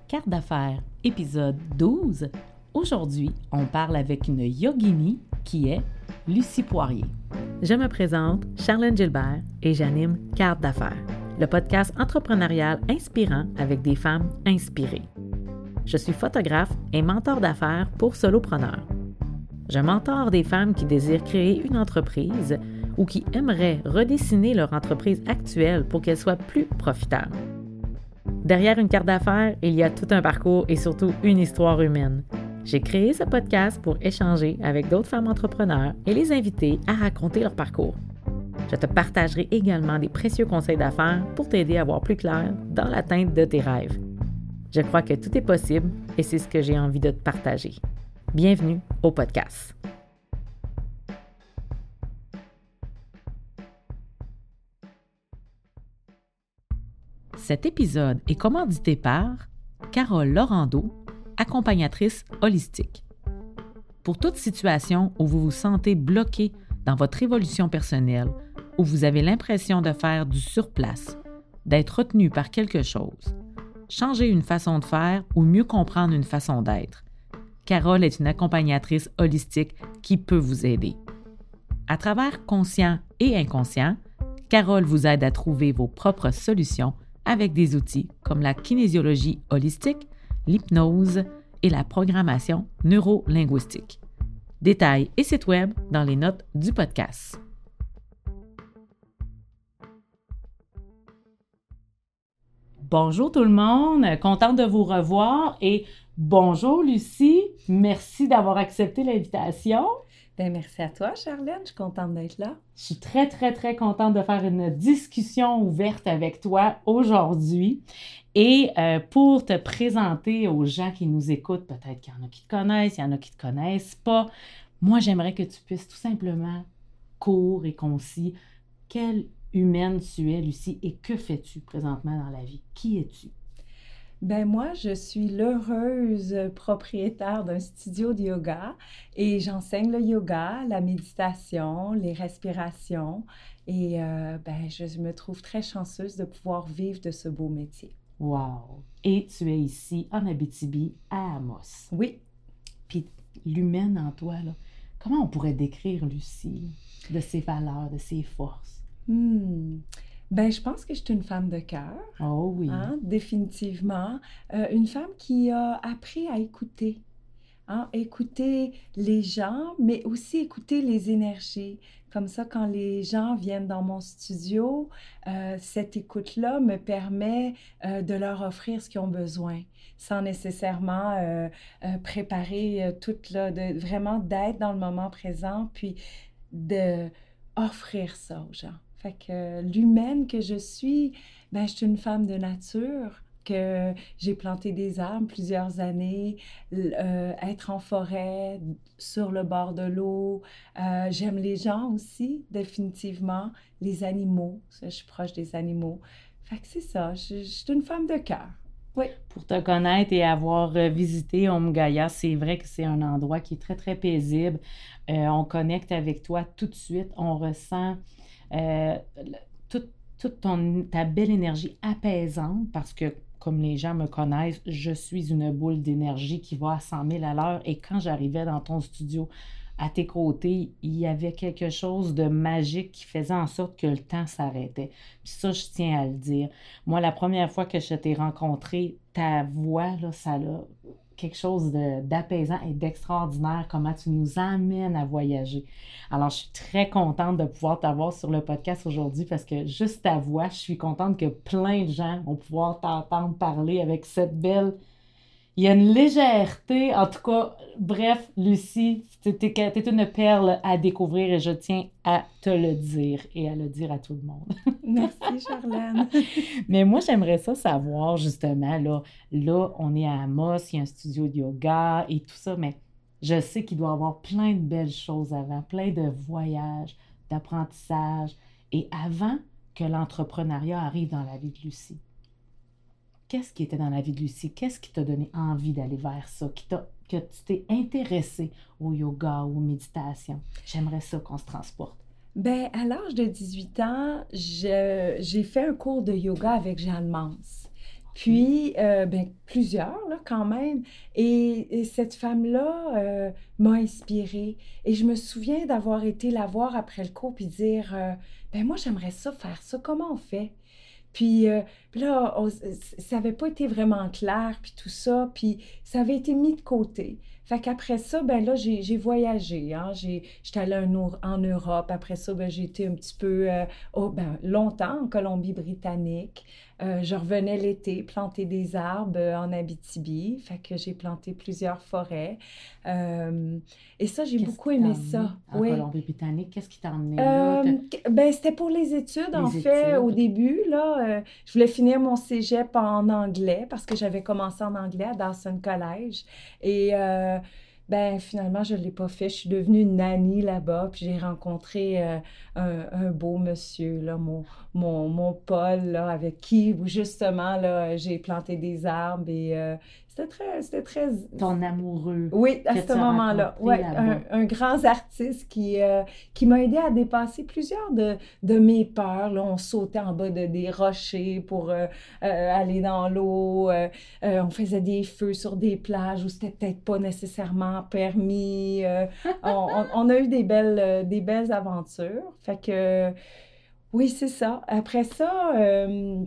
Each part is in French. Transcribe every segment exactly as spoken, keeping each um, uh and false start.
Carte d'affaires, épisode douze. Aujourd'hui, on parle avec une yogini qui est Lucie Poirier. Je me présente, Charlène Gilbert, et j'anime Carte d'affaires, le podcast entrepreneurial inspirant avec des femmes inspirées. Je suis photographe et mentor d'affaires pour solopreneurs. Je mentor des femmes qui désirent créer une entreprise ou qui aimeraient redessiner leur entreprise actuelle pour qu'elle soit plus profitable. Derrière une carte d'affaires, il y a tout un parcours et surtout une histoire humaine. J'ai créé ce podcast pour échanger avec d'autres femmes entrepreneurs et les inviter à raconter leur parcours. Je te partagerai également des précieux conseils d'affaires pour t'aider à voir plus clair dans l'atteinte de tes rêves. Je crois que tout est possible et c'est ce que j'ai envie de te partager. Bienvenue au podcast. Cet épisode est commandité par Carole Laurando, accompagnatrice holistique. Pour toute situation où vous vous sentez bloqué dans votre évolution personnelle, où vous avez l'impression de faire du surplace, d'être retenu par quelque chose, changer une façon de faire ou mieux comprendre une façon d'être, Carole est une accompagnatrice holistique qui peut vous aider. À travers conscient et inconscient, Carole vous aide à trouver vos propres solutions avec des outils comme la kinésiologie holistique, l'hypnose et la programmation neuro-linguistique. Détails et sites web dans les notes du podcast. Bonjour tout le monde, contente de vous revoir et bonjour Lucie, merci d'avoir accepté l'invitation. Bien, merci à toi, Charlène. Je suis contente d'être là. Je suis très, très, très contente de faire une discussion ouverte avec toi aujourd'hui. Et euh, pour te présenter aux gens qui nous écoutent, peut-être qu'il y en a qui te connaissent, il y en a qui ne te connaissent pas, moi, j'aimerais que tu puisses tout simplement, court et concis, quelle humaine tu es, Lucie, et que fais-tu présentement dans la vie? Qui es-tu? Ben moi, je suis l'heureuse propriétaire d'un studio de yoga et j'enseigne le yoga, la méditation, les respirations et euh, ben, je me trouve très chanceuse de pouvoir vivre de ce beau métier. Wow! Et tu es ici en Abitibi, à Amos. Oui. Puis l'humaine en toi, là, comment on pourrait décrire Lucie, de ses valeurs, de ses forces? Hmm. Ben, je pense que je suis une femme de cœur. Oh oui. Hein, définitivement. Euh, une femme qui a appris à écouter. Hein, écouter les gens, mais aussi écouter les énergies. Comme ça, quand les gens viennent dans mon studio, euh, cette écoute-là me permet euh, de leur offrir ce qu'ils ont besoin, sans nécessairement euh, euh, préparer euh, tout, là, de, vraiment d'être dans le moment présent, puis d'offrir ça aux gens. Fait que l'humaine que je suis, ben, je suis une femme de nature, que j'ai planté des arbres plusieurs années, euh, être en forêt, sur le bord de l'eau. Euh, j'aime les gens aussi, définitivement. Les animaux, je suis proche des animaux. Fait que c'est ça, je, je suis une femme de cœur. Oui. Pour te connaître et avoir visité Omgaya, c'est vrai que c'est un endroit qui est très, très paisible. Euh, on connecte avec toi tout de suite, on ressent... Euh, toute, toute ton, ta belle énergie apaisante parce que, comme les gens me connaissent, je suis une boule d'énergie qui va à cent mille à l'heure et quand j'arrivais dans ton studio, à tes côtés, il y avait quelque chose de magique qui faisait en sorte que le temps s'arrêtait. Puis ça, je tiens à le dire. Moi, la première fois que je t'ai rencontré, ta voix, là, ça a quelque chose de, d'apaisant et d'extraordinaire, comment tu nous amènes à voyager. Alors, je suis très contente de pouvoir t'avoir sur le podcast aujourd'hui parce que juste ta voix, je suis contente que plein de gens vont pouvoir t'entendre parler avec cette belle... Il y a une légèreté, en tout cas, bref, Lucie, t'es, t'es une perle à découvrir et je tiens à te le dire et à le dire à tout le monde. Merci, Charlène. Mais moi, j'aimerais ça savoir, justement, là, là, on est à Amos, il y a un studio de yoga et tout ça, mais je sais qu'il doit y avoir plein de belles choses avant, plein de voyages, d'apprentissage, et avant que l'entrepreneuriat arrive dans la vie de Lucie. Qu'est-ce qui était dans la vie de Lucie? Qu'est-ce qui t'a donné envie d'aller vers ça? Qui t'a, que tu t'es intéressée au yoga ou aux méditations? J'aimerais ça qu'on se transporte. Bien, à l'âge de dix-huit ans, je, j'ai fait un cours de yoga avec Jeanne Mance. Puis, euh, ben, plusieurs, là, quand même. Et, et cette femme-là euh, m'a inspirée. Et je me souviens d'avoir été la voir après le cours puis dire, euh, ben moi, j'aimerais ça faire ça. Comment on fait? Puis, euh, puis là, on- ça n'avait pas été vraiment clair, puis tout ça, puis ça avait été mis de côté. Fait qu'après ça, ben là, j'ai j'ai voyagé, hein, j'ai, j'étais allée en, Euro- en Europe. Après ça, ben j'ai été un petit peu, euh, oh, ben, longtemps en Colombie-Britannique. Euh, je revenais l'été planter des arbres euh, en Abitibi. Fait que j'ai planté plusieurs forêts. Euh, et ça, j'ai Qu'est-ce beaucoup qui t'a aimé emmené ça, en oui. Colombie-Britannique? Qu'est-ce qui t'a emmené là? T'as- Euh, que- ben, c'était pour les études, en Les fait, études, au OK. début, là. Euh, je voulais finir mon cégep en anglais parce que j'avais commencé en anglais à Dawson College. Et euh, ben, finalement, je ne l'ai pas fait. Je suis devenue une nanny là-bas, puis j'ai rencontré euh, un, un beau monsieur, là, mon, mon, mon Paul, là, avec qui, justement, là, j'ai planté des arbres et euh, c'était très, c'était très Ton amoureux oui, à que ce tu as moment-là. rencontré Ouais, un, là-bas. un grand artiste qui, euh, qui m'a aidé à dépasser plusieurs de, de mes peurs. Là, on sautait en bas de des rochers pour euh, euh, aller dans l'eau. Euh, euh, on faisait des feux sur des plages où c'était peut-être pas nécessairement permis. Euh, on, on- on a eu des belles, euh, des belles aventures. Fait que, oui, c'est ça. Après ça, euh,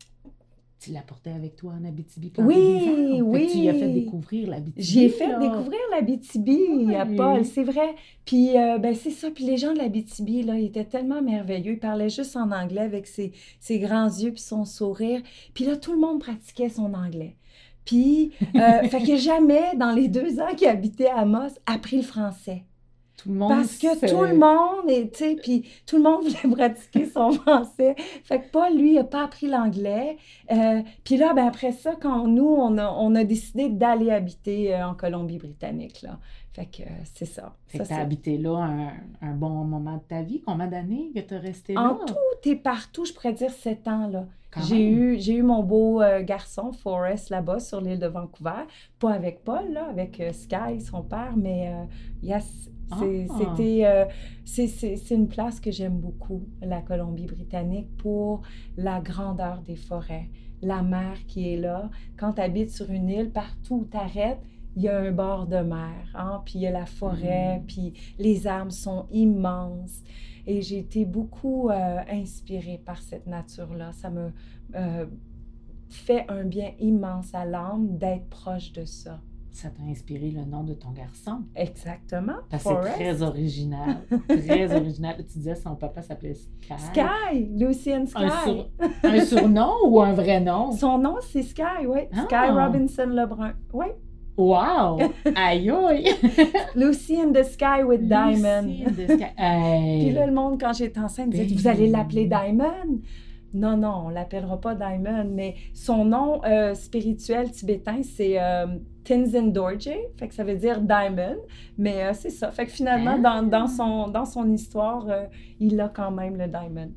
Tu l'as porté avec toi en Abitibi planter des oui, arbres. Fait que tu lui as fait oui. découvrir J'ai l'Abitibi, fait là. découvrir l'Abitibi à Paul, Oui. c'est vrai. Puis, euh, ben, c'est ça. Puis les gens de l'Abitibi, là, ils étaient tellement merveilleux. Ils parlaient juste en anglais avec ses, ses grands yeux puis son sourire. Puis là, tout le monde pratiquait son anglais. Puis, euh, fait que jamais, dans les deux ans qu'il habitait à Amos, appris le français. Tout le monde Parce que tout le se... monde, est, tu sais, puis tout le monde voulait pratiquer son français. Fait que Paul, lui, n'a pas appris l'anglais. Euh, puis là, ben après ça, quand nous, on a, on a décidé d'aller habiter euh, en Colombie-Britannique, là. Fait que euh, c'est ça. Fait Ça, que tu as c'est... habité là un, un bon moment de ta vie. Combien d'années que tu es resté En là? tout et partout, je pourrais dire sept ans, là. Quand J'ai même. eu, j'ai eu mon beau euh, garçon, Forrest, là-bas, sur l'île de Vancouver. Pas avec Paul, là, avec euh, Sky, son père, mais euh, yes, c'est- Ah! c'était, euh, c'est c'est- c'est une place que j'aime beaucoup, la Colombie-Britannique, pour la grandeur des forêts, la mer qui est là. Quand tu habites sur une île, partout où tu arrêtes, il y a un bord de mer, hein, puis il y a la forêt, Hmm. puis les arbres sont immenses. Et j'ai été beaucoup euh, inspirée par cette nature-là. Ça me euh, fait un bien immense à l'âme d'être proche de ça. Ça t'a inspiré le nom de ton garçon. Exactement, Parce que c'est très Forrest. original. Très original. Tu disais son papa s'appelait Sky. Sky, Lucian Un, Sky. sur... un surnom ou un vrai nom? Son nom, c'est Sky, oui. Sky Ah! Robinson Lebrun. Oui. Wow! Aïe aïe! Lucy in the Sky with Diamond. Lucie in the Sky. Puis là, Hey! le monde, quand j'étais enceinte, disait, vous allez l'appeler Ben, Diamond? Non, non, on l'appellera pas Diamond, mais son nom euh, spirituel tibétain, c'est euh, Tenzin Dorje, fait que ça veut dire Diamond, mais euh, c'est ça. Fait que finalement, dans, dans ah! son, dans son histoire, euh, il a quand même le Diamond.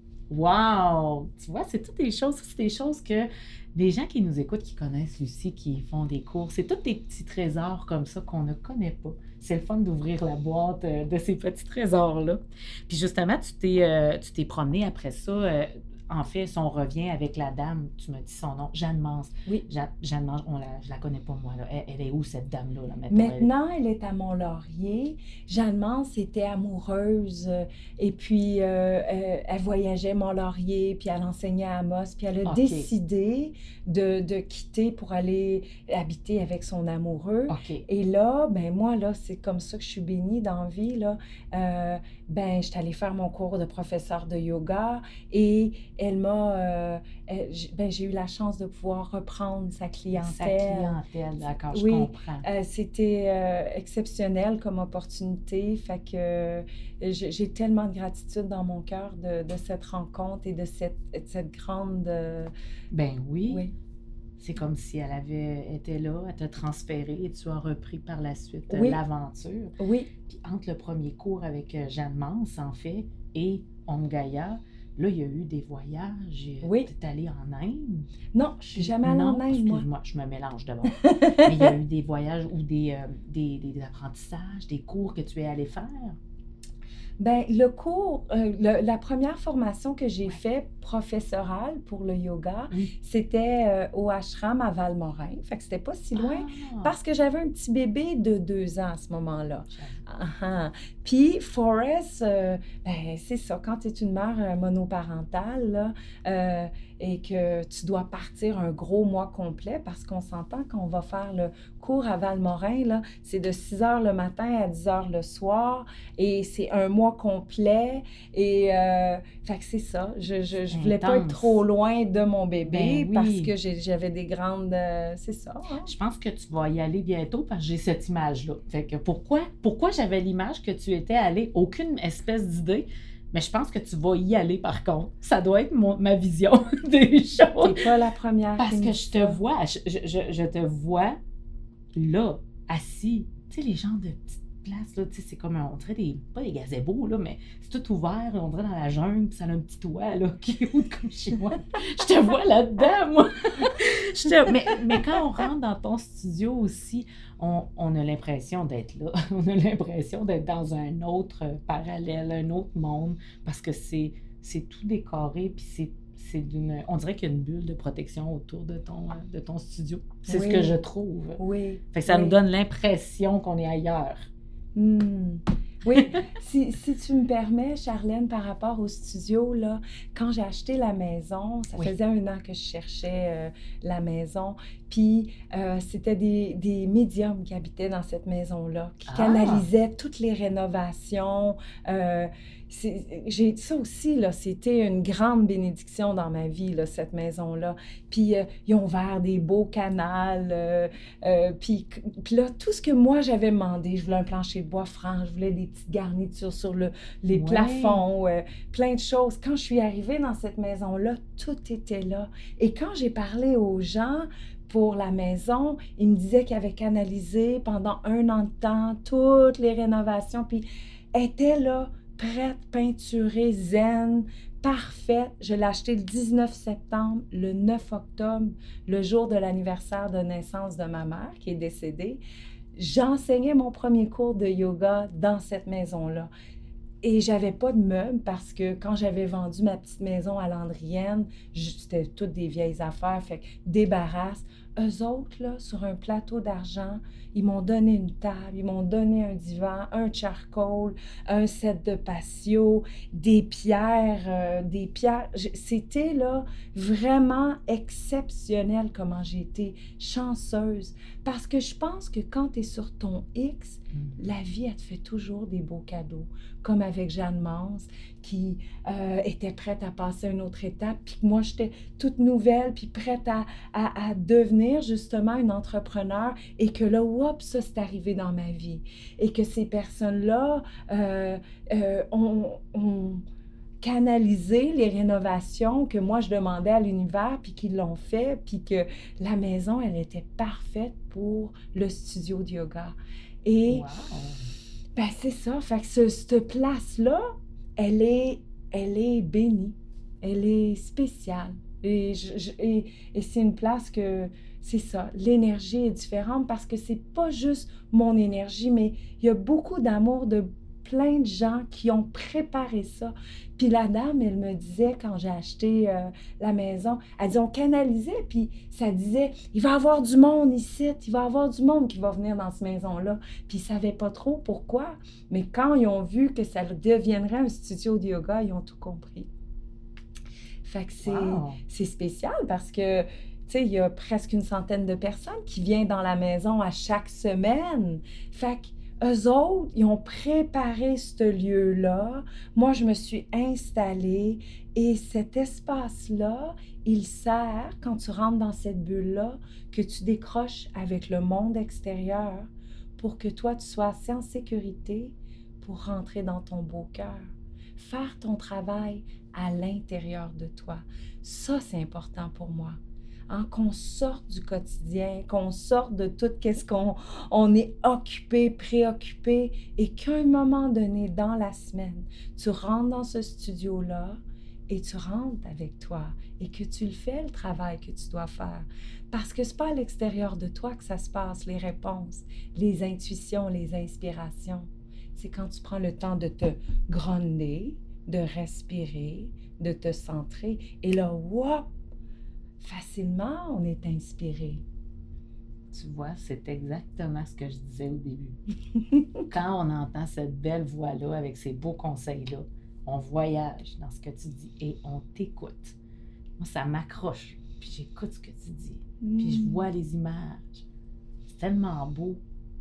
Wow! Tu vois, c'est toutes des choses, c'est des choses que les gens qui nous écoutent, qui connaissent Lucie, qui font des cours, c'est tous des petits trésors comme ça qu'on ne connaît pas. C'est le fun d'ouvrir la boîte euh, de ces petits trésors-là. Puis justement, tu t'es euh, tu t'es promené après ça. euh, en fait, si on revient avec la dame, tu m'as dit son nom, Jeanne Mance. Oui. Ja- Jeanne Mance, on la, je la connais pas moi. Là. Elle, elle est où cette dame-là, là, mettons? Elle- Maintenant, elle est à Mont-Laurier. Jeanne Mance était amoureuse euh, et puis euh, euh, elle voyageait Mont-Laurier, puis elle enseignait à Amos, puis elle a OK, décidé de, de quitter pour aller habiter avec son amoureux. OK. Et là, ben moi, là, c'est comme ça que je suis bénie dans la vie, là. Euh, ben, je suis allée faire mon cours de professeur de yoga et elle m'a... euh, elle- j- ben, j'ai eu la chance de pouvoir reprendre sa Sa clientèle. clientèle, d'accord, je Oui, comprends. euh, c'était euh, exceptionnel comme opportunité. Fait que euh, j'ai j'ai tellement de gratitude dans mon cœur de, de cette rencontre et de cette, de cette grande... euh, Ben oui. oui, C'est comme si elle avait été là, elle t'a transféré et tu as repris par la suite euh, oui, l'aventure. oui. Puis entre le premier cours avec euh, Jeanne Mance, en fait, et Omgaya, là, il y a eu des voyages. Oui. Tu es allé en Inde. Non, je suis Puis, jamais allée en non, Inde, moi. excuse-moi, je me mélange d'abord. Mais il y a eu des voyages ou des, euh, des, des apprentissages, des cours que tu es allé faire. Ben, le cours, euh, le- la première formation que j'ai fait professorale pour le yoga, Oui. c'était euh, au ashram à Valmorin. Fait que c'était pas si loin Ah! parce que j'avais un petit bébé de deux ans à ce moment-là. J'avoue. Ah, ah. Puis Forest, euh, ben, c'est ça, quand tu es une mère euh, monoparentale là, euh, et que tu dois partir un gros mois complet parce qu'on s'entend qu'on va faire le cours à Valmorin, là, c'est de six heures le matin à dix heures le soir et c'est un mois complet. Et euh, fait que c'est ça. Je, je, je voulais pas être trop Intense. loin de mon Ben bébé parce que oui. j'ai- j'avais des grandes. euh, c'est ça, hein? Je pense que tu vas y aller bientôt parce que j'ai cette image-là. Fait que pourquoi, pourquoi j'avais l'image que tu étais allé? Aucune espèce d'idée. Mais je pense que tu vas y aller par contre. Ça doit être mon- ma vision des T'es choses. pas la première qui Parce me que dit je te ça. vois, je, je- je- je te vois là, assis. Tu sais, les gens de petites places, là, tu sais, c'est comme, un- on dirait des, pas des gazebos, là, mais c'est tout ouvert, on dirait dans la jungle, puis ça a un petit toit, là, qui est haut comme chez moi. Je te vois là-dedans, moi. Je te- Mais, mais quand on rentre dans ton studio aussi, on, on a l'impression d'être là. On a l'impression d'être dans un autre euh, parallèle, un autre monde, parce que c'est, c'est tout décoré, puis c'est, c'est d'une, on dirait qu'il y a une bulle de protection autour de ton, euh, de ton studio. C'est ce que je Oui, trouve. oui, Fait que ça nous oui. donne l'impression qu'on est ailleurs. Hmm. Oui, si, si tu me permets, Charlène, par rapport au studio, là, quand j'ai acheté la maison, ça Oui. faisait un an que je cherchais euh, la maison, puis euh, c'était des, des médiums qui habitaient dans cette maison-là, qui Ah! canalisaient toutes les rénovations. euh, c'est- j'ai ça aussi, là, c'était une grande bénédiction dans ma vie, là, cette maison-là. Puis euh, ils ont ouvert des beaux canals, euh, euh, puis, puis là, tout ce que moi j'avais demandé, je voulais un plancher de bois franc, je voulais des petites garnitures sur le, les Ouais. plafonds, euh, plein de choses. Quand je suis arrivée dans cette maison-là, tout était là. Et quand j'ai parlé aux gens pour la maison, ils me disaient qu'ils avaient canalisé pendant un an de temps toutes les rénovations, puis étaient là, prête, peinturée, zen, parfaite. Je l'ai acheté le dix-neuf septembre, le neuf octobre, le jour de l'anniversaire de naissance de ma mère qui est décédée. J'enseignais mon premier cours de yoga dans cette maison-là. Et j'avais pas de meubles parce que quand j'avais vendu ma petite maison à Landrienne, je- c'était toutes des vieilles affaires, fait que débarrasse. Eux autres, là, sur un plateau d'argent, ils m'ont donné une table, ils m'ont donné un divan, un charcoal, un set de patio, des pierres, euh, des pierres. Je- C'était là vraiment exceptionnel comment j'ai été chanceuse. Parce que je pense que quand tu es sur ton X, Mm. la vie, elle te fait toujours des beaux cadeaux comme avec Jeanne Mans, qui euh, était prête à passer à une autre étape, puis que moi, j'étais toute nouvelle, puis prête à, à, à devenir justement une entrepreneur, et que là, oups, ça, c'est arrivé dans ma vie. Et que ces personnes-là euh, euh, ont, ont canalisé les rénovations que moi, je demandais à l'univers, puis qu'ils l'ont fait, puis que la maison, elle était parfaite pour le studio de yoga. Et Wow! ben, c'est ça. Fait que ce- cette place-là, elle est, elle est bénie. Elle est spéciale. Et, je- je- et, et c'est une place que, c'est ça, l'énergie est différente parce que c'est pas juste mon énergie, mais il y a beaucoup d'amour de plein de gens qui ont préparé ça. Puis la dame, elle me disait quand j'ai acheté euh, la maison, elle dit on canalisait, puis ça disait il va y avoir du monde ici, il va y avoir du monde qui va venir dans cette maison-là. Puis ils ne savaient pas trop pourquoi. Mais quand ils ont vu que ça deviendrait un studio de yoga, ils ont tout compris. Fait que c'est, Wow! c'est spécial parce que, tu sais, il y a presque une centaine de personnes qui viennent dans la maison à chaque semaine. Fait que eux autres, ils ont préparé ce lieu-là. Moi, je me suis installée et cet espace-là, il sert, quand tu rentres dans cette bulle-là, que tu décroches avec le monde extérieur pour que toi, tu sois assez en sécurité pour rentrer dans ton beau cœur. Faire ton travail à l'intérieur de toi. Ça, c'est important pour moi. Hein, qu'on sorte du quotidien, qu'on sorte de tout ce qu'on on est occupé, préoccupé, et qu'à un moment donné dans la semaine, tu rentres dans ce studio-là et tu rentres avec toi et que tu le fais, le travail que tu dois faire. Parce que c'est pas à l'extérieur de toi que ça se passe, les réponses, les intuitions, les inspirations. c'est quand tu prends le temps de te gronder, de respirer, de te centrer. Et là, whoop, facilement, on est inspiré. Tu vois, c'est exactement ce que je disais au début. Quand on entend cette belle voix-là, avec ces beaux conseils-là, on voyage dans ce que tu dis et on t'écoute. Moi, ça m'accroche, puis j'écoute ce que tu dis, mm. puis je vois les images. C'est tellement beau.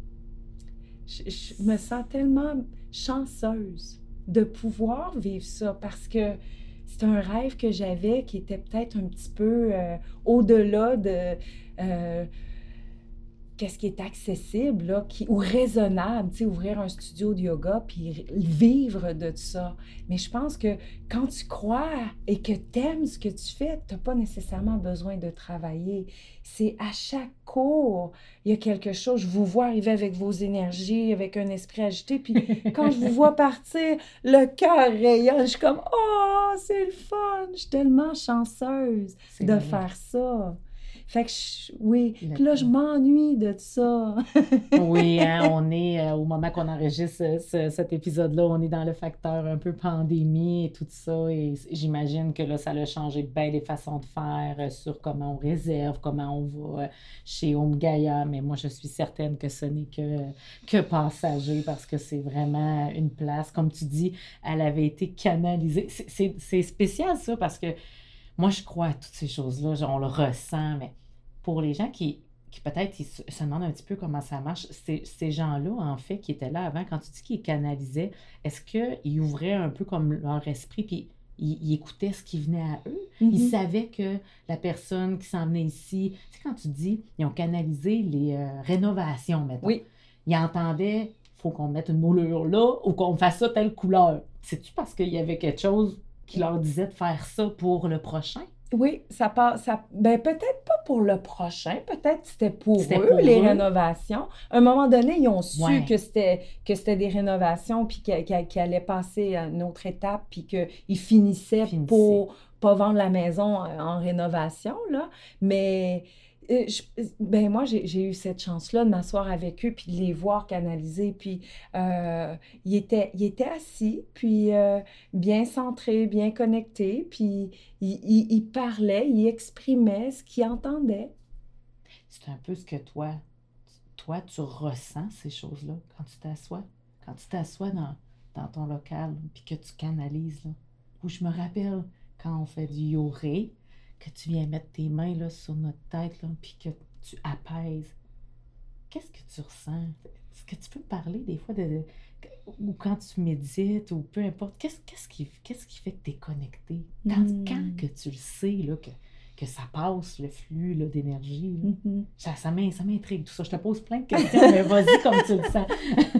Je, je me sens tellement chanceuse de pouvoir vivre ça, parce que c'est un rêve que j'avais qui était peut-être un petit peu euh, au-delà de... Euh, qu'est-ce qui est accessible, là, qui, ou raisonnable, tu sais, ouvrir un studio de yoga puis vivre de ça. Mais je pense que quand tu crois et que tu aimes ce que tu fais, tu n'as pas nécessairement besoin de travailler. C'est à chaque cours, il y a quelque chose. Je vous vois arriver avec vos énergies, avec un esprit agité, puis quand je vous vois partir, le cœur rayonne. Je suis comme « Oh, c'est le fun! » Je suis tellement chanceuse c'est de vrai. Faire ça. Fait que, je, oui, le puis là, temps. Je m'ennuie de ça. Oui, hein, on est, euh, au moment qu'on enregistre ce, ce, cet épisode-là, on est dans le facteur un peu pandémie et tout ça, et j'imagine que là, ça a changé bien les façons de faire euh, sur comment on réserve, comment on va euh, chez Om Gaia, mais moi, je suis certaine que ce n'est que, que passager, parce que c'est vraiment une place, comme tu dis, elle avait été canalisée. C'est, c'est, c'est spécial, ça, parce que moi, je crois à toutes ces choses-là, on le ressent, mais pour les gens qui, qui peut-être ils se, se demandent un petit peu comment ça marche, ces, ces gens-là, en fait, qui étaient là avant, quand tu dis qu'ils canalisaient, est-ce qu'ils ouvraient un peu comme leur esprit, puis ils, ils écoutaient ce qui venait à eux? Mm-hmm. Ils savaient que la personne qui s'en venait ici, tu sais, quand tu dis, ils ont canalisé les euh, rénovations, mettons. Oui. Ils entendaient, il faut qu'on mette une moulure là, ou qu'on fasse ça telle couleur. C'est-tu parce qu'il y avait quelque chose qui leur disait de faire ça pour le prochain? Oui, ça passe. Ça, ben peut-être pas pour le prochain, peut-être c'était pour c'était eux, pour les eux. rénovations. À un moment donné, ils ont su Ouais. que c'était que c'était des rénovations, puis qu'ils qu allaient passer à une autre étape, puis qu'ils finissaient Finissez. pour pas vendre la maison en, en rénovation, là. Mais euh, je, ben moi, j'ai, j'ai eu cette chance-là de m'asseoir avec eux, puis de les voir canaliser, puis euh, ils étaient, ils étaient assis, puis euh, bien centrés, bien connectés, puis ils, ils, ils parlaient, ils exprimaient ce qu'ils entendaient. C'est un peu ce que toi, toi, tu ressens ces choses-là quand tu t'assois, quand tu t'assois dans, dans ton local, puis que tu canalises, là. Où je me rappelle quand on fait du yoré, que tu viens mettre tes mains là, sur notre tête, là, puis que tu apaises. Qu'est-ce que tu ressens? Est-ce que tu peux me parler des fois de, de ou quand tu médites, ou peu importe, qu'est-ce, qu'est-ce, qui, qu'est-ce qui fait que tu es connecté? Quand, mm. quand que tu le sais, là, que, que ça passe, le flux là, d'énergie, là. Mm-hmm. ça, ça, ça m'intrigue tout ça. Je te pose plein de questions, mais vas-y comme tu le sens.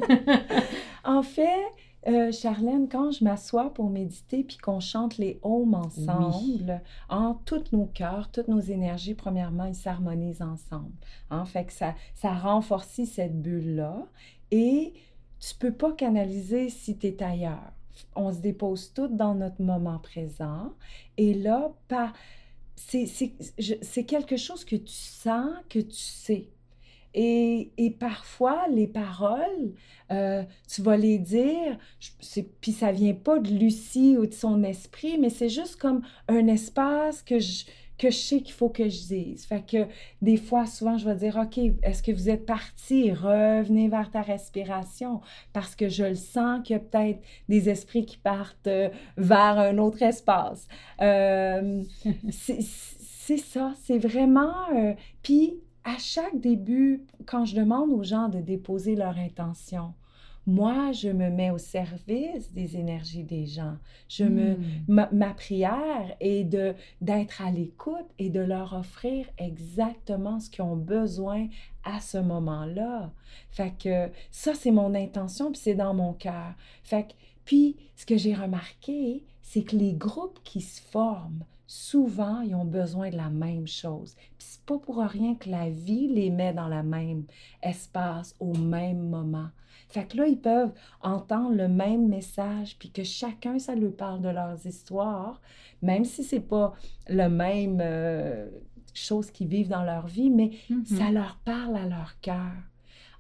En fait, Euh, Charlène, quand je m'assois pour méditer puis qu'on chante les Om ensemble, oui. en tous nos cœurs, toutes nos énergies, premièrement, ils s'harmonisent ensemble. Hein? Fait que ça, ça renforce cette bulle-là et tu peux pas canaliser si tu es ailleurs. On se dépose toutes dans notre moment présent et là, par, c'est, c'est, je, c'est quelque chose que tu sens, que tu sais. Et, et parfois, les paroles, euh, tu vas les dire, puis ça vient pas de Lucie ou de son esprit, mais c'est juste comme un espace que je, que je sais qu'il faut que je dise. Fait que des fois, souvent, je vais dire, OK, est-ce que vous êtes parti? Revenez vers ta respiration, parce que je le sens qu'il y a peut-être des esprits qui partent euh, vers un autre espace. Euh, c'est, c'est ça, c'est vraiment... Euh, puis, à chaque début, quand je demande aux gens de déposer leur intention, moi, je me mets au service des énergies des gens. Je me, mm. ma, ma prière est de, d'être à l'écoute et de leur offrir exactement ce qu'ils ont besoin à ce moment-là. Fait que ça, c'est mon intention, puis c'est dans mon cœur. Fait que, puis, ce que j'ai remarqué, c'est que les groupes qui se forment, souvent, ils ont besoin de la même chose. Puis c'est pas pour rien que la vie les met dans le même espace, au même moment. Fait que là, ils peuvent entendre le même message, puis que chacun, ça lui parle de leurs histoires, même si c'est pas le même euh, chose qu'ils vivent dans leur vie, mais mm-hmm. ça leur parle à leur cœur.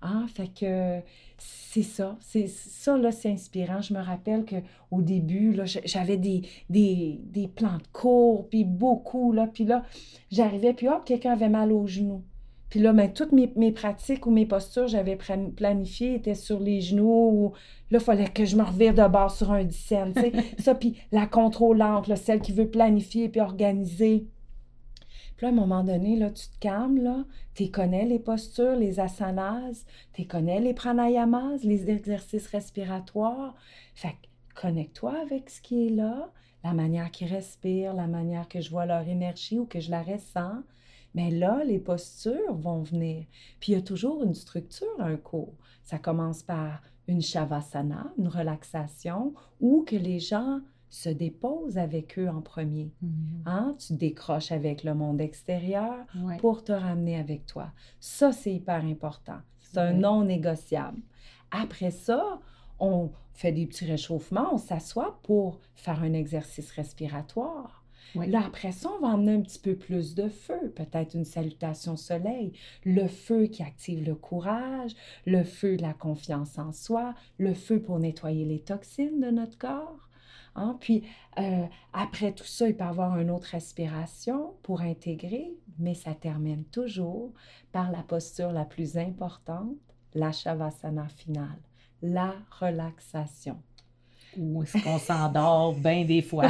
Hein? Fait que c'est ça. C'est, ça, là, c'est inspirant. Je me rappelle qu'au début, là, j'avais des, des, des plans de cours, puis beaucoup, là. Puis là, j'arrivais, puis hop, quelqu'un avait mal aux genoux. Puis là, ben, toutes mes, mes pratiques ou mes postures, j'avais planifiées, étaient sur les genoux. Ou, là, il fallait que je me revire de bord sur un dixaine, tu sais. Ça, puis la contrôlante, là, celle qui veut planifier puis organiser. Puis là, à un moment donné, là, tu te calmes, là, tu connais les postures, les asanas, tu connais les pranayamas, les exercices respiratoires. Fait que connecte-toi avec ce qui est là, la manière qu'ils respirent, la manière que je vois leur énergie ou que je la ressens. Mais là, les postures vont venir. Puis il y a toujours une structure à un cours. Ça commence par une shavasana, une relaxation, ou que les gens se déposent avec eux en premier. Mm-hmm. Hein? Tu décroches avec le monde extérieur ouais. pour te ramener avec toi. Ça, c'est hyper important. C'est ouais. un non négociable. Après ça, on fait des petits réchauffements, on s'assoit pour faire un exercice respiratoire. Oui. Là, après ça, on va emmener un petit peu plus de feu, peut-être une salutation soleil, le feu qui active le courage, le feu de la confiance en soi, le feu pour nettoyer les toxines de notre corps. Hein? Puis, euh, après tout ça, il peut y avoir une autre respiration pour intégrer, mais ça termine toujours par la posture la plus importante, la shavasana finale, la relaxation. Où est-ce qu'on s'endort bien des fois?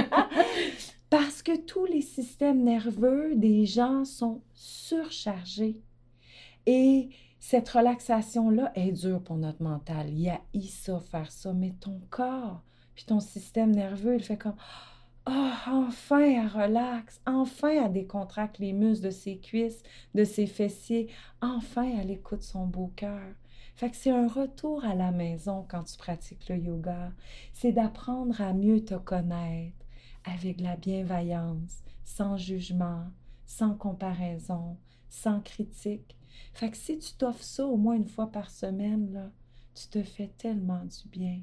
Parce que tous les systèmes nerveux des gens sont surchargés. Et cette relaxation-là est dure pour notre mental. Il y a ça, faire ça, mais ton corps, puis ton système nerveux, il fait comme « Oh, enfin, elle relaxe, enfin, elle décontracte les muscles de ses cuisses, de ses fessiers, enfin, elle écoute son beau cœur. » Fait que c'est un retour à la maison quand tu pratiques le yoga. C'est d'apprendre à mieux te connaître, avec la bienveillance, sans jugement, sans comparaison, sans critique. Fait que si tu t'offres ça au moins une fois par semaine, là, tu te fais tellement du bien.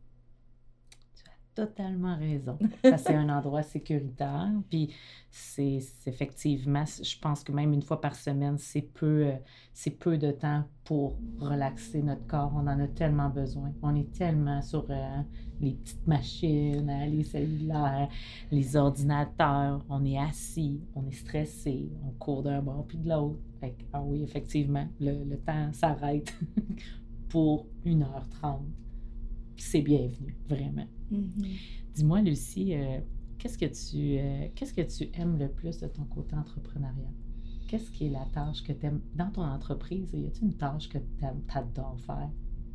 Tu as totalement raison. Ça, c'est un endroit sécuritaire. Puis, c'est, c'est effectivement, je pense que même une fois par semaine, c'est peu, euh, c'est peu de temps pour relaxer notre corps. On en a tellement besoin. On est tellement sur euh, les petites machines, hein, les cellulaires, les ordinateurs. On est assis, on est stressé, on court d'un bord puis de l'autre. Fait que, ah oui, effectivement, le, le temps s'arrête pour une heure trente. C'est bienvenu, vraiment. Mm-hmm. Dis-moi, Lucie, euh, qu'est-ce que tu euh, qu'est-ce que tu aimes le plus de ton côté entrepreneurial? Qu'est-ce qui est la tâche que tu aimes dans ton entreprise? Y a-t-il une tâche que tu adores faire?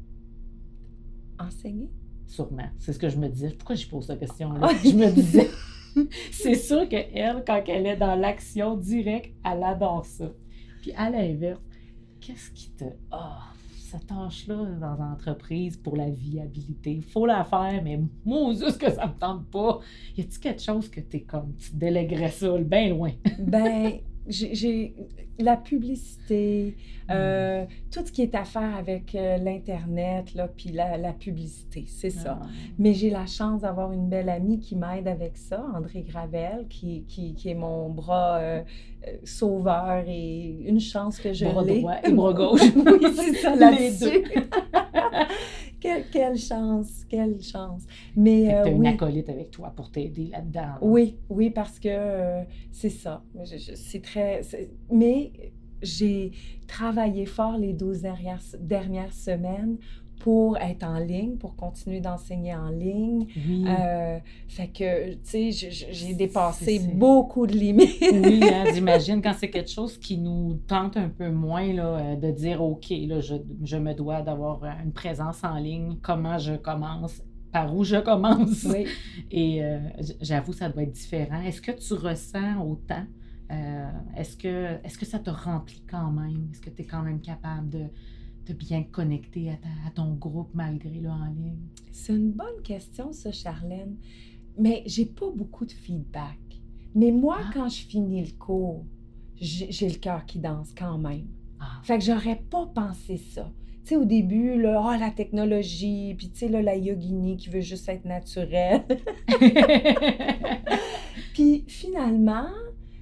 Enseigner? Sûrement. C'est ce que je me disais. Pourquoi je pose cette question-là? Je me disais, c'est sûr qu'elle, quand elle est dans l'action directe, elle adore ça. Puis à l'inverse, qu'est-ce qui te... Oh, cette tâche-là dans l'entreprise pour la viabilité, il faut la faire, mais moi, juste que ça me tente pas. Y a-t-il quelque chose que t'es comme, tu déléguerais ça bien loin? Ben, j'ai, j'ai la publicité, euh, mm. tout ce qui est à faire avec euh, l'Internet, là, puis la, la publicité, c'est ça. Ah. Mais j'ai la chance d'avoir une belle amie qui m'aide avec ça, André Gravel, qui, qui, qui est mon bras euh, euh, sauveur et une chance que je bras l'ai. Droit et bras gauche. Oui, c'est ça, là-dessus. Quelle, quelle chance, quelle chance. Mais fait que t'as euh, une oui. acolyte avec toi pour t'aider là-dedans. Là. Oui, oui, parce que euh, c'est ça. Je, je, c'est très... C'est... Mais j'ai travaillé fort les douze dernières, dernières semaines pour être en ligne, pour continuer d'enseigner en ligne. Oui. Euh, fait que, tu sais, j'ai dépassé c'est, c'est... beaucoup de limites. Oui, hein, j'imagine quand c'est quelque chose qui nous tente un peu moins, là, de dire, OK, là, je, je me dois d'avoir une présence en ligne, comment je commence, par où je commence. Oui. Et euh, j'avoue, ça doit être différent. Est-ce que tu ressens autant? Euh, est-ce que, est-ce que ça te remplit quand même? Est-ce que tu es quand même capable de... de bien connecter à, ta, à ton groupe malgré le en ligne? C'est une bonne question, ça, Charlène. Mais j'ai pas beaucoup de feedback. Mais moi, ah. quand je finis le cours, j'ai, j'ai le cœur qui danse quand même. Ah. Fait que j'aurais pas pensé ça. Tu sais, au début, là, oh, la technologie, puis tu sais, là, la yogini qui veut juste être naturelle. Puis finalement,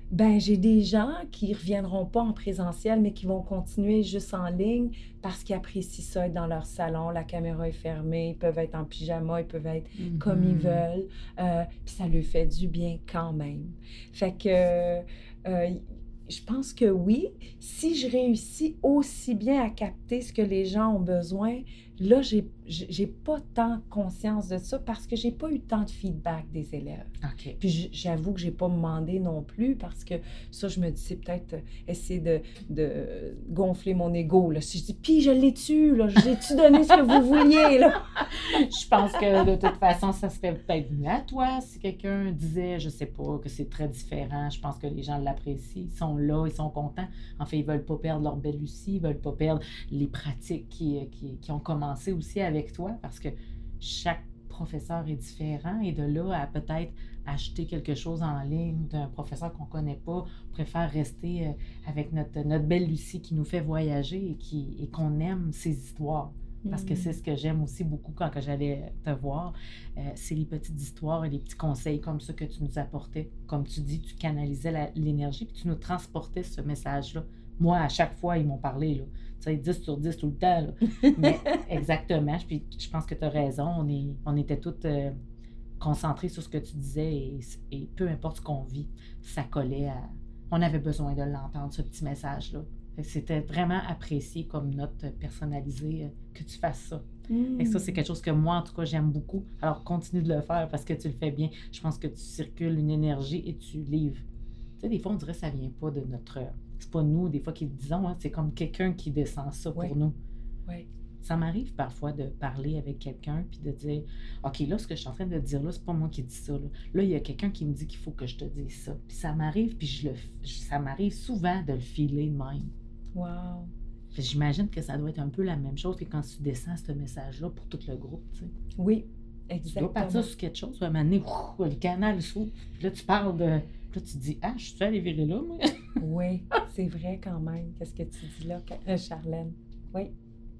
Ben, j'ai des gens qui reviendront pas en présentiel, mais qui vont continuer juste en ligne parce qu'ils apprécient ça, être dans leur salon, la caméra est fermée, ils peuvent être en pyjama, ils peuvent être comme ils Mhm. veulent, euh, puis ça leur fait du bien quand même. Fait que euh, je pense que oui, si je réussis aussi bien à capter ce que les gens ont besoin, là, j'ai j'ai pas tant conscience de ça parce que j'ai pas eu tant de feedback des élèves. OK. Puis j- j'avoue que j'ai pas demandé non plus parce que ça, je me dis, c'est peut-être euh, essayer de, de gonfler mon ego, là. Si je dis, puis je l'ai-tu, là, j'ai-tu donné ce que vous vouliez, là? Je pense que de toute façon, ça serait peut-être mieux à toi si quelqu'un disait, je sais pas, que c'est très différent. Je pense que les gens l'apprécient, ils sont là, ils sont contents. En fait, ils veulent pas perdre leur belle Lucie, ils veulent pas perdre les pratiques qui, qui, qui ont commencé aussi avec toi parce que chaque professeur est différent et de là à peut-être acheter quelque chose en ligne d'un professeur qu'on connaît pas, on préfère rester euh, avec notre, notre belle Lucie qui nous fait voyager et, qui, et qu'on aime ses histoires. Parce que c'est Hmm. ce que j'aime aussi beaucoup quand que j'allais te voir. Euh, c'est les petites histoires et les petits conseils comme ça que tu nous apportais. Comme tu dis, tu canalisais la- l'énergie puis tu nous transportais ce message-là. Moi, à chaque fois, ils m'ont parlé, là. Tu sais, dix sur dix tout le temps, là. Mais exactement, puis je pense que tu as raison. On, est, on était toutes euh, concentrés sur ce que tu disais et, et peu importe ce qu'on vit, ça collait à... On avait besoin de l'entendre, ce petit message-là. Fait que c'était vraiment apprécié comme note personnalisée euh, que tu fasses ça. Fait que ça, c'est Hmm. quelque chose que moi, en tout cas, j'aime beaucoup. Alors, continue de le faire parce que tu le fais bien. Je pense que tu circules une énergie et tu livres. Tu sais, des fois, on dirait que ça vient pas de notre... C'est pas nous, des fois, qui le disons. Hein, c'est comme quelqu'un qui descend ça pour Oui, nous. oui. Ça m'arrive parfois de parler avec quelqu'un puis de dire OK, là, ce que je suis en train de dire là, c'est pas moi qui dis ça. Là, là il y a quelqu'un qui me dit qu'il faut que je te dise ça. Puis ça m'arrive, puis je le, ça m'arrive souvent de le filer de même. Wow. Fait que j'imagine que ça doit être un peu la même chose que quand tu descends ce message-là pour tout le groupe. Tu sais. Oui, Tu dois partir exactement. sur quelque chose, à un moment donné, ouf, le canal s'ouvre. Puis là, tu parles de. Puis là, tu te dis Ah, je suis allée virer là, moi. Oui, c'est vrai quand même. Qu'est-ce que tu dis là, Ca- euh, Charlène? Oui.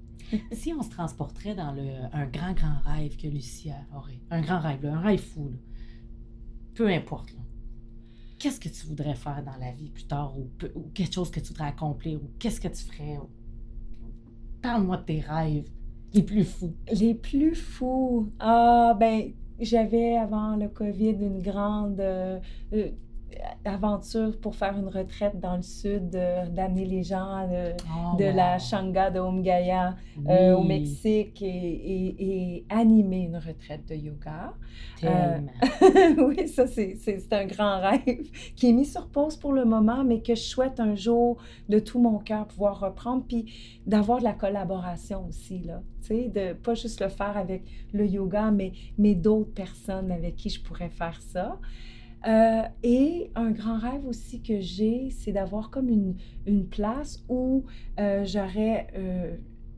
Si on se transporterait dans le, un grand, grand rêve que Lucie aurait, un grand rêve, là, un rêve fou, là, peu importe, là, qu'est-ce que tu voudrais faire dans la vie plus tard ou, ou quelque chose que tu voudrais accomplir ou qu'est-ce que tu ferais? Ou... Parle-moi de tes rêves les plus fous. Les plus fous. Ah, ben, j'avais avant le COVID une grande euh, euh, aventure pour faire une retraite dans le sud, euh, d'amener les gens euh, Oh, de la wow! Shanga de Humgaya euh, au Oui, Mexique et, et- et animer une retraite de yoga. Euh, tellement. oui, ça, c'est c'est- c'est un grand rêve qui est mis sur pause pour le moment, mais que je souhaite un jour de tout mon cœur pouvoir reprendre, puis d'avoir de la collaboration aussi, là, tu sais, de pas juste le faire avec le yoga, mais, mais d'autres personnes avec qui je pourrais faire ça. Euh, et un grand rêve aussi que j'ai, c'est d'avoir comme une, une place où euh, j'aurais euh,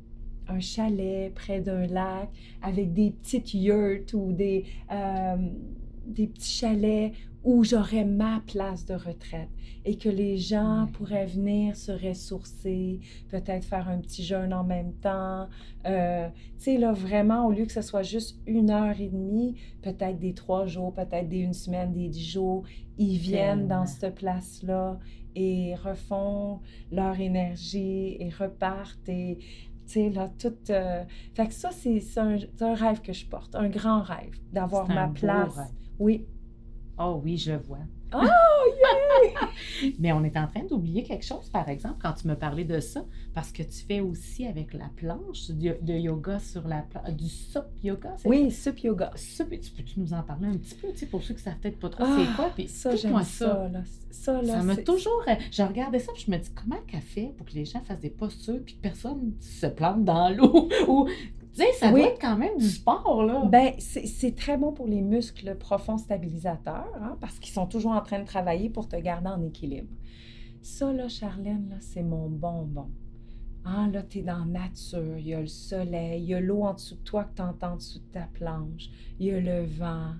un chalet près d'un lac avec des petites yurts ou des, euh, des petits chalets où j'aurais ma place de retraite et que les gens Oui, pourraient venir se ressourcer, peut-être faire un petit jeûne en même temps. Euh, tu sais, là, vraiment, au lieu que ce soit juste une heure et demie, peut-être des trois jours, peut-être des une semaine, des dix jours, ils viennent dans tellement. cette place-là et refont leur énergie et repartent et tu sais, là, tout... euh, Fait que ça, c'est c'est un, c'est un rêve que je porte, un grand rêve, d'avoir C'est un ma beau place. rêve. Oui. Oh oui, je vois. Oh, yeah! Mais on est en train d'oublier quelque chose, par exemple, quand tu me parlais de ça, parce que tu fais aussi avec la planche de, de yoga sur la planche, du sup yoga, c'est quoi? Oui, sup yoga. Sup, tu peux-tu nous en parler un petit peu, tu sais, pour ceux qui ne savent peut-être pas trop c'est quoi? Ah, Puis ça, j'aime explique-moi ça. ça, là. Ça, là, Ça m'a c'est... toujours. euh, Je regardais ça, puis je me dis, comment qu'elle fait pour que les gens fassent des postures, puis que personne se plante dans l'eau? Ou, tu sais, ça doit Oui, être quand même du sport, là. ben, c'est c'est très bon pour les muscles profonds stabilisateurs, hein, parce qu'ils sont toujours en train de travailler pour te garder en équilibre. Ça, là, Charlène, là, c'est mon bonbon. Ah, là, t'es dans la nature, il y a le soleil, il y a l'eau en dessous de toi que t'entends en dessous de ta planche, il y a le vent,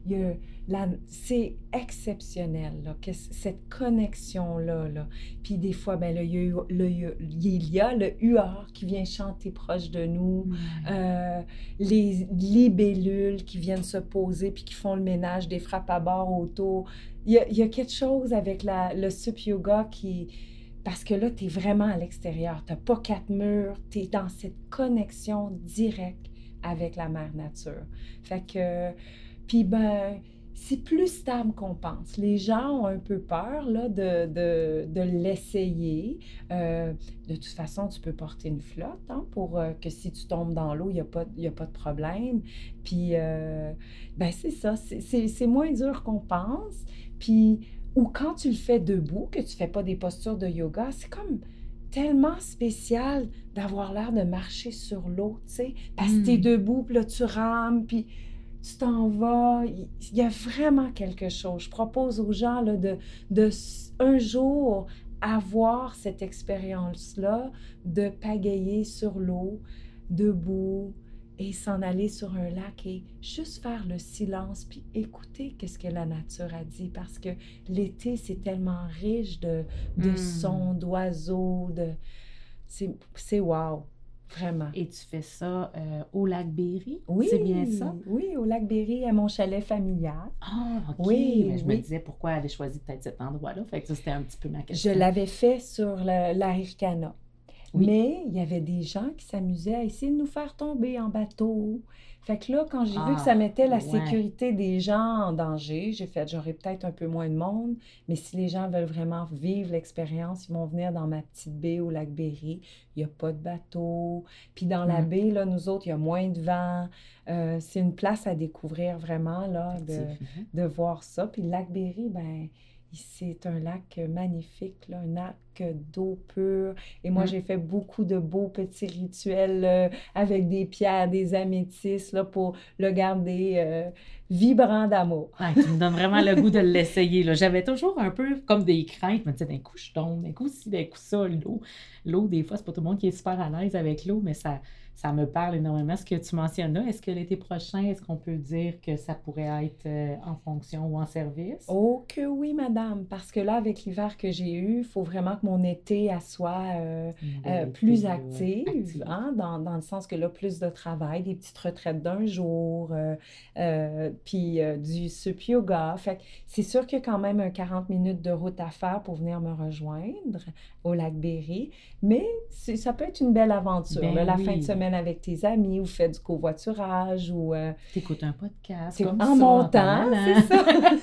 il y a la- c'est exceptionnel, là, que c- cette connexion-là. Là. Puis des fois, ben, là, il y a, eu- le- il y a il y a le huard qui vient chanter proche de nous, Ouais. euh, les libellules qui viennent se poser puis qui font le ménage des frappes à bord autour. Il y a, il y a quelque chose avec la, le sup yoga qui... Parce que là, tu es vraiment à l'extérieur. Tu n'as pas quatre murs. Tu es dans cette connexion directe avec la mère nature. Fait que... Puis ben, c'est plus stable qu'on pense. Les gens ont un peu peur là, de, de, de l'essayer. Euh, de toute façon, tu peux porter une flotte hein, pour euh, que si tu tombes dans l'eau, il n'y a, pas- y a pas de problème. Puis, euh, ben c'est ça, c'est c'est- c'est moins dur qu'on pense. Puis, ou quand tu le fais debout, que tu ne fais pas des postures de yoga, c'est comme tellement spécial d'avoir l'air de marcher sur l'eau, tu sais, parce que tu es Mm. debout, puis là, tu rames, puis tu t'en vas. Il il y a vraiment quelque chose. Je propose aux gens là, de, de s- un jour avoir cette expérience-là de pagayer sur l'eau, debout, et s'en aller sur un lac et juste faire le silence, puis écouter qu'est-ce que la nature a dit, parce que l'été, c'est tellement riche de, de Mm. sons, d'oiseaux, de... C'est, c'est wow, vraiment. Et tu fais ça euh, au lac Berry, Oui, c'est bien ça? oui, au lac Berry, à mon chalet familial. Ah, OK. Oui, Mais je me oui. disais pourquoi elle avait choisi peut-être cet endroit-là. Fait que ça, c'était un petit peu ma Je question. l'avais fait sur le- la Hircana. Oui. Mais il y avait des gens qui s'amusaient à essayer de nous faire tomber en bateau. Fait que là, quand j'ai vu que ça Ah, mettait la ouais. sécurité des gens en danger, j'ai fait, j'aurai peut-être un peu moins de monde, mais si les gens veulent vraiment vivre l'expérience, ils vont venir dans ma petite baie au lac Berry. Il n'y a pas de bateau. Puis dans la Mm. baie, là, nous autres, il y a moins de vent. Euh, c'est une place à découvrir vraiment, là, de, Effectivement. de voir ça. Puis le lac Berry, ben, c'est un lac magnifique, là, un lac d'eau pure. Et moi, Mm. j'ai fait beaucoup de beaux petits rituels euh, avec des pierres, des améthystes, là, pour le garder euh, vibrant d'amour. Ah, tu me donnes vraiment le goût de l'essayer, là. J'avais toujours un peu comme des craintes. Je me disais, d'un coup, je tombe, d'un coup, ci, d'un coup, ça, l'eau. L'eau, des fois, c'est pas tout le monde qui est super à l'aise avec l'eau, mais ça, ça me parle énormément. Ce que tu mentionnes là, est-ce que l'été prochain, est-ce qu'on peut dire que ça pourrait être euh, en fonction ou en service? Oh que oui, madame, parce que là, avec l'hiver que j'ai eu, il faut vraiment que mon été elle soit euh, Une euh, belle plus été, là, active, active. hein, dans, dans le sens que là, plus de travail, des petites retraites d'un jour, euh, euh, puis euh, du sup yoga. Fait que c'est sûr qu'il y a quand même un quarante minutes de route à faire pour venir me rejoindre au lac Berry, mais c'est- ça peut être une belle aventure. Là, Ben la fin de oui, semaine avec tes amis, ou fais du covoiturage, ou euh, t'écoutes un podcast t'es comme en ça, en t'en montant, c'est allant. ça.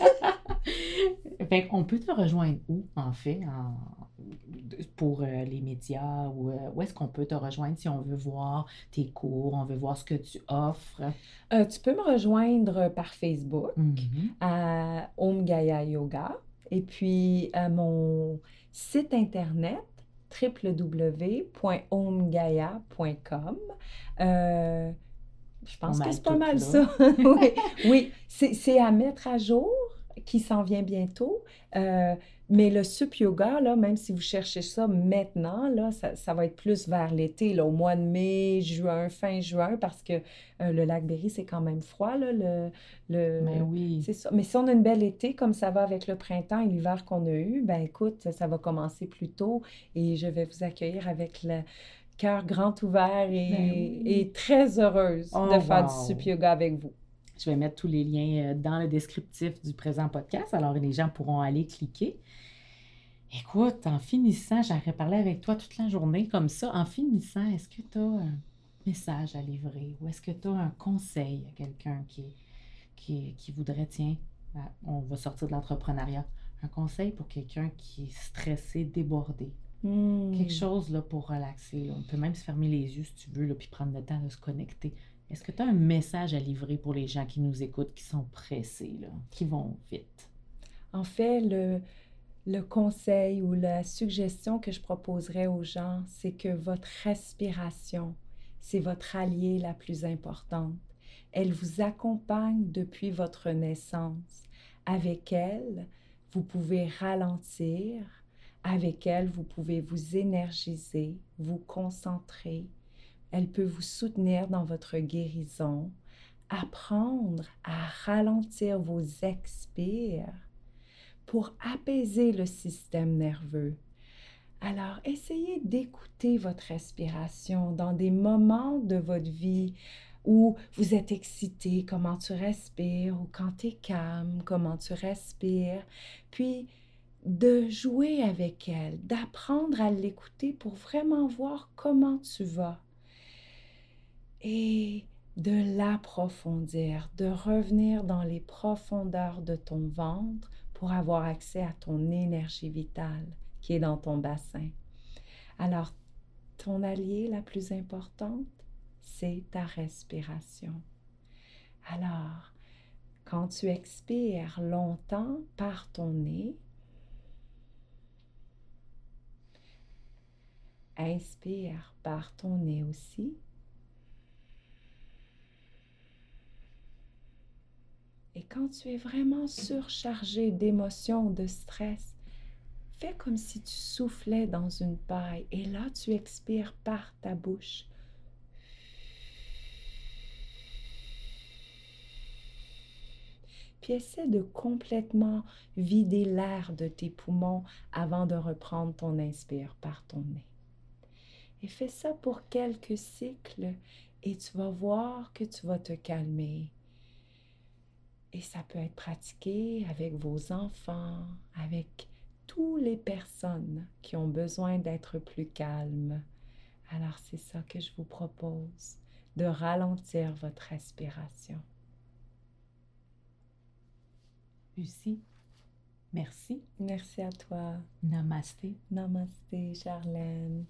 Fait qu'on peut te rejoindre où, en fait, en- pour euh, les médias, ou euh, où est-ce qu'on peut te rejoindre si on veut voir tes cours, on veut voir ce que tu offres? Euh, tu peux me rejoindre par Facebook Mhm. à Om Gaya Yoga et puis à mon site internet w w w point om gaya point com. Euh, je On pense que met c'est pas tout mal là. ça. Oui, oui, c'est c'est à mettre à jour, qui s'en vient bientôt. Euh, mais le sup yoga, là, même si vous cherchez ça maintenant, là, ça, ça va être plus vers l'été, là, au mois de mai, juin, fin juin, parce que euh, le lac Berry, c'est quand même froid, là, le, Ben le... oui. c'est ça. Mais si on a une belle été, comme ça va avec le printemps et l'hiver qu'on a eu, ben écoute, ça va commencer plus tôt et je vais vous accueillir avec le cœur grand ouvert Ben et, oui. et très heureuse de Oh, faire du sup wow! yoga avec vous. Je vais mettre tous les liens euh, dans le descriptif du présent podcast, alors les gens pourront aller cliquer. Écoute, en finissant, j'aurais parlé avec toi toute la journée comme ça. En finissant, est-ce que tu as un message à livrer ou est-ce que tu as un conseil à quelqu'un qui, qui, qui voudrait, tiens, ah, on va sortir de l'entrepreneuriat, un conseil pour quelqu'un qui est stressé, débordé, quelque Hmm. chose là, pour relaxer, là. On peut même se fermer les yeux si tu veux, là, puis prendre le temps de se connecter. Est-ce que tu as un message à livrer pour les gens qui nous écoutent, qui sont pressés, là, qui vont vite? En fait, le, le conseil ou la suggestion que je proposerais aux gens, c'est que votre respiration, c'est votre allié la plus importante. Elle vous accompagne depuis votre naissance. Avec elle, vous pouvez ralentir. Avec elle, vous pouvez vous énergiser, vous concentrer. Elle peut vous soutenir dans votre guérison. apprendre à ralentir vos expires pour apaiser le système nerveux. Alors, essayez d'écouter votre respiration dans des moments de votre vie où vous êtes excité, comment tu respires, ou quand tu es calme, comment tu respires. Puis, de jouer avec elle, d'apprendre à l'écouter pour vraiment voir comment tu vas. Et de l'approfondir, de revenir dans les profondeurs de ton ventre pour avoir accès à ton énergie vitale qui est dans ton bassin. Alors, ton allié la plus importante, c'est ta respiration. Alors, quand tu expires longtemps par ton nez, inspire par ton nez aussi. Et quand tu es vraiment surchargé d'émotions, de stress, fais comme si tu soufflais dans une paille et là, tu expires par ta bouche. Puis essaie de complètement vider l'air de tes poumons avant de reprendre ton inspire par ton nez. Et fais ça pour quelques cycles et tu vas voir que tu vas te calmer. Et ça peut être pratiqué avec vos enfants, avec toutes les personnes qui ont besoin d'être plus calmes. Alors c'est ça que je vous propose, de ralentir votre respiration. Lucie, merci. Merci à toi. Namasté. Namasté, Charlène.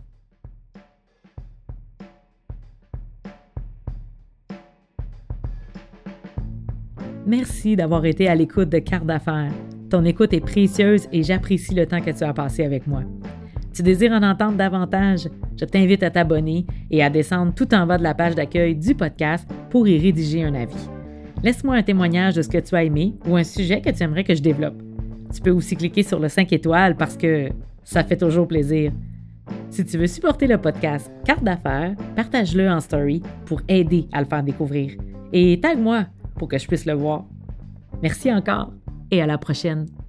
Merci d'avoir été à l'écoute de Carte d'affaires. Ton écoute est précieuse et j'apprécie le temps que tu as passé avec moi. Tu désires en entendre davantage? Je t'invite à t'abonner et à descendre tout en bas de la page d'accueil du podcast pour y rédiger un avis. Laisse-moi un témoignage de ce que tu as aimé ou un sujet que tu aimerais que je développe. Tu peux aussi cliquer sur le cinq étoiles parce que ça fait toujours plaisir. Si tu veux supporter le podcast Carte d'affaires, partage-le en story pour aider à le faire découvrir. Et tag-moi pour que je puisse le voir. Merci encore et à la prochaine.